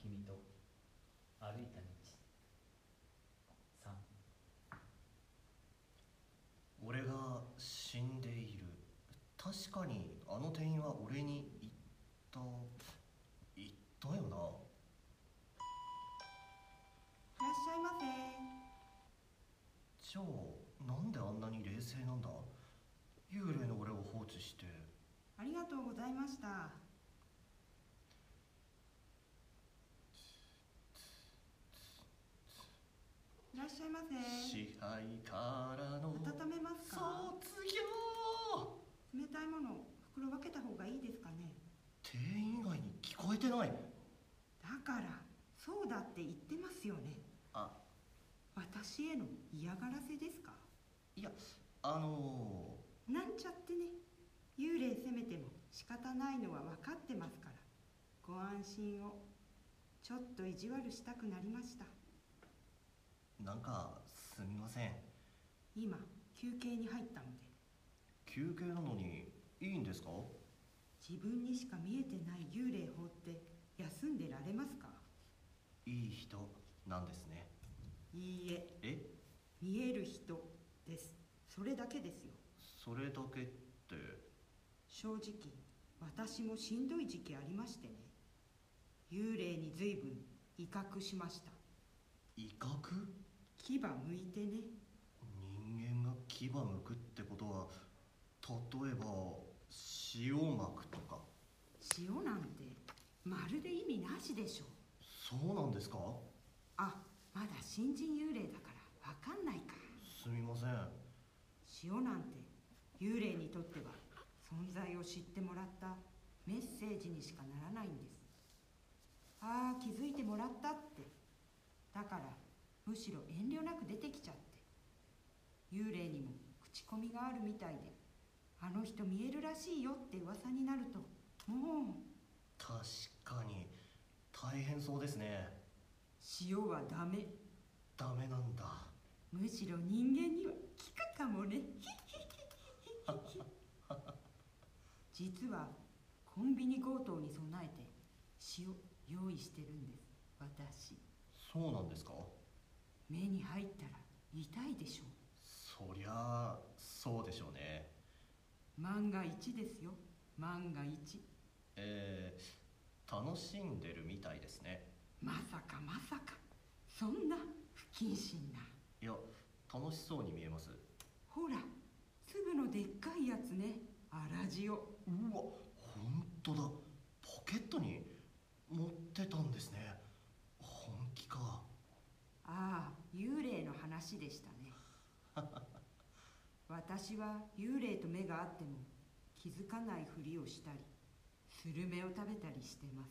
君と歩いた道。3。 俺が死んでいる。確かにあの店員は俺に言ったよな。 いらっしゃいませ。 じゃあなんであんなに冷静なんだ。幽霊の俺を放置して。 ありがとうございました。いらっしゃいませ。 支配からの温めますか？ 卒業。 冷たいもの袋分けた方がいいですかね？ 店員以外に聞こえてない。 だからそうだって言ってますよね。 あ、 私への嫌がらせですか？ いや、 なんちゃってね。幽霊責めても仕方ないのは分かってますから、ご安心を。ちょっと意地悪したくなりました。 なんかすみません。 今休憩に入ったので。 休憩なのにいいんですか？ 自分にしか見えてない幽霊放って休んでられますか？ いい人なんですね。 いいえ、 え？ 見える人です。それだけですよ。 それだけって。 正直私もしんどい時期ありましてね。幽霊に随分威嚇しました。 威嚇？ 牙むいてね。 人間が牙むくってことは、例えば塩まくとか。 塩なんてまるで意味なしでしょう。 そうなんですか？ あ、まだ新人幽霊だからわかんないか。 すみません。 塩なんて幽霊にとっては存在を知ってもらったメッセージにしかならないんです。ああ、気づいてもらったって。だからむしろ遠慮なく出てきちゃって。幽霊にも口コミがあるみたいで、あの人見えるらしいよって噂になると、もう。 確かに大変そうですね。 塩はダメ。 ダメなんだ。 むしろ人間には効くかもね。実はコンビニ強盗に備えて塩用意してるんです、私。 そうなんですか？ 目に入ったら痛いでしょう。 そりゃあそうでしょうね。 万が一ですよ、万が一。 楽しんでるみたいですね。 まさかまさか、そんな不謹慎な。 いや、楽しそうに見えます。 ほら、粒のでっかいやつね、アラジオ。 うわ、ほんとだ。ポケットに持ってたんですね。本気か。 ああ、幽霊の話でしたね。私は幽霊と目があっても気づかないふりをしたり、スルメを食べたりしてます。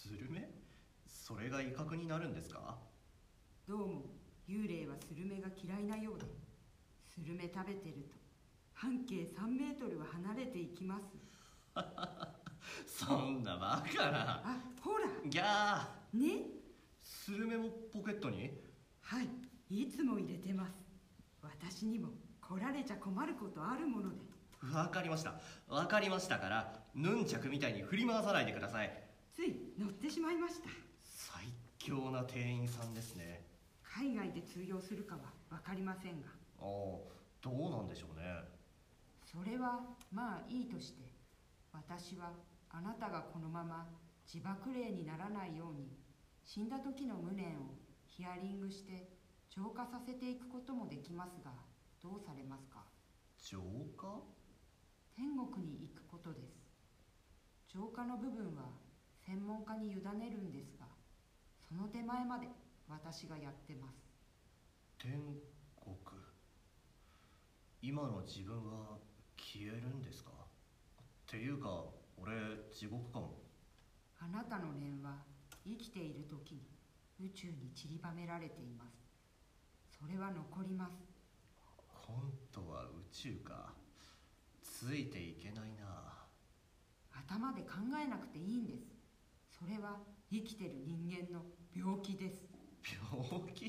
スルメ？それが威嚇になるんですか？ どうも幽霊はスルメが嫌いなようで、スルメ食べてると半径3メートルは離れていきます。 そんなバカな。 あ、ほらギャー。 ね。 スルメもポケットに？ はい、いつも入れてます。私にも来られちゃ困ることあるもので。 わかりました。わかりましたから、ヌンチャクみたいに振り回さないでください。 つい乗ってしまいました。 最強な店員さんですね。 海外で通用するかは分かりませんが。 ああ、どうなんでしょうね。 それはまあいいとして、私はあなたがこのまま自爆霊にならないように死んだ時の無念をヒアリングして浄化させていくこともできますが、どうされますか？ 浄化？ 天国に行くことです。浄化の部分は専門家に委ねるんですが、その手前まで私がやってます。 天国？今の自分は消えるんですか？っていうか俺地獄かも。 あなたの念は生きている時に宇宙に散りばめられています。それは残ります。 今度は宇宙か。ついていけないな。 頭で考えなくていいんです。それは生きてる人間の病気です。 病気って？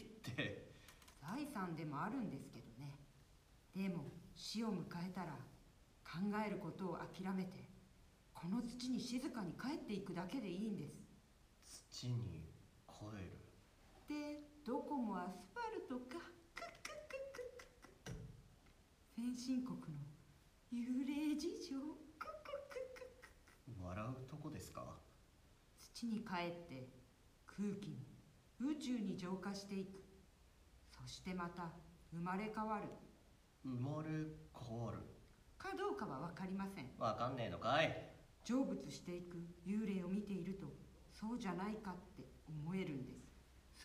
財産でもあるんですけどね。でも死を迎えたら考えることを諦めて、この土に静かに帰っていくだけでいいんです。 土にる。 でどこもアスファルトか。先進国の幽霊事情。 笑うとこですか？ 土に帰って空気に宇宙に浄化していく。そしてまた生まれ変わる。 生まれ変わる。 かどうかは分かりません。 わかんねえのかい。 成仏していく幽霊を見ているとそうじゃないかって思えるんです。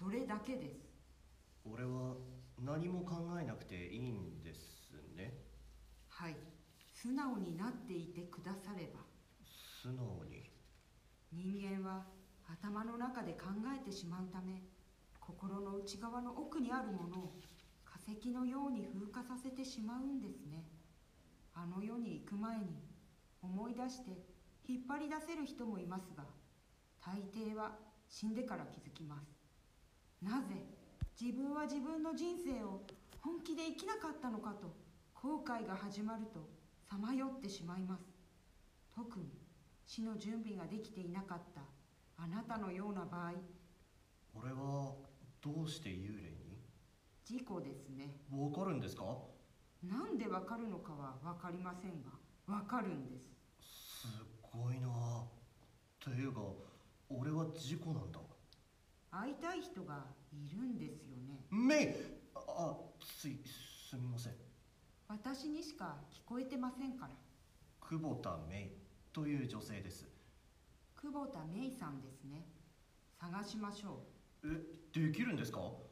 それだけです。 俺は何も考えなくていいんですね。 はい、素直になっていてくだされば。 素直に。 人間は頭の中で考えてしまうため、心の内側の奥にあるものを化石のように風化させてしまうんですね。あの世に行く前に思い出して引っ張り出せる人もいますが、大抵は死んでから気づきます。なぜ自分は自分の人生を本気で生きなかったのかと後悔が始まるとさまよってしまいます。特に死の準備ができていなかったあなたのような場合。 俺はどうして幽霊に？ 事故ですね。 わかるんですか？ なんでわかるのかはわかりませんが、わかるんです。 すごいなあ。ていうか俺は事故なんだ。 会いたい人がいるんですよね。 メイ、すみません。 私にしか聞こえてませんから。 久保田メイという女性です。 久保田芽衣さんですね。探しましょう。 できるんですか？